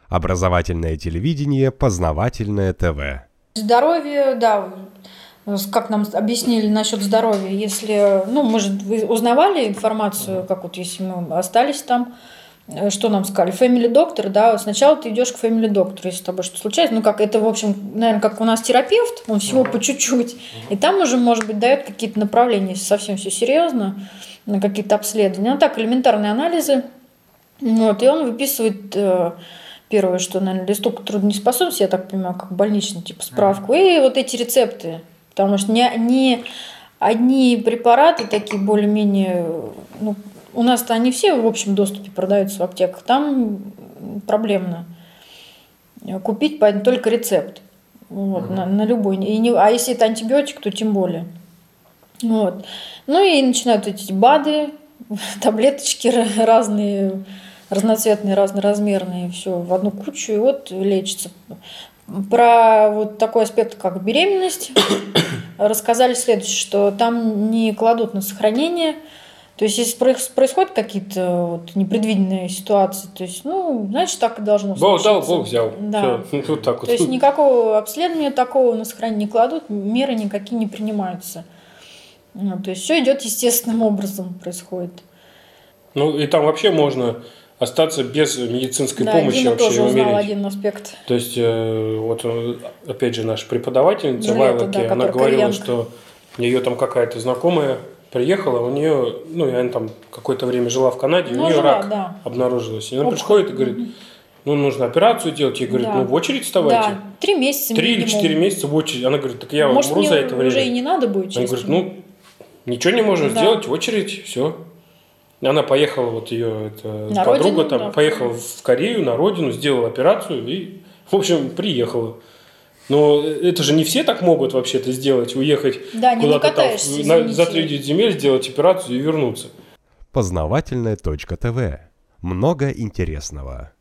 Образовательное телевидение, познавательное ТВ. Здоровье, да, как нам объяснили насчет здоровья, если, может, вы узнавали информацию, как вот если мы остались там, что нам сказали, Family Doctor, да, сначала ты идешь к Family Doctor, если с тобой что-то случается, как это, в общем, наверное, как у нас терапевт, он всего по чуть-чуть, и там уже, может быть, дает какие-то направления, если совсем все серьезно, на какие-то обследования, так, элементарные анализы, и он выписывает первое, что, наверное, листок труднеспособности, я так понимаю, как больничный, типа справку, и вот эти рецепты, потому что не одни препараты такие более-менее, у нас-то они все в общем доступе продаются в аптеках, там проблемно купить только рецепт на любой, а если это антибиотик, то тем более. И начинают эти БАДы, таблеточки разные, разноцветные, разноразмерные, все в одну кучу, и лечится. Про вот такой аспект, как беременность, рассказали следующее, что там не кладут на сохранение. То есть, если происходят какие-то непредвиденные ситуации, то есть, значит, так и должно случиться. Бог дал, Бог взял. Да. Все, вот так вот. То есть, никакого обследования такого на сохранение не кладут, меры никакие не принимаются. То есть, все идет естественным образом, происходит. И там вообще можно остаться без медицинской помощи. Дима вообще тоже умереть. узнал один аспект. То есть, опять же, наша преподавательница Вайлоки, она говорила, что ее там какая-то знакомая приехала, у нее, и она там какое-то время жила в Канаде, у нее рак обнаружилось. И она приходит и говорит, нужно операцию делать. Я говорю, в очередь вставайте. Да, 3 месяца 3 или 4 месяца в очередь. Она говорит, так я умру за это время. Может, уже и не надо будет, честно. Она говорит, ничего не можем сделать, в очередь, все. Она поехала, ее подруга там, поехала в Корею, на родину, сделала операцию и, в общем, приехала. Но это же не все так могут вообще-то сделать, уехать куда-то там за 3 земель, сделать операцию и вернуться. Познавательное .тв. Много интересного.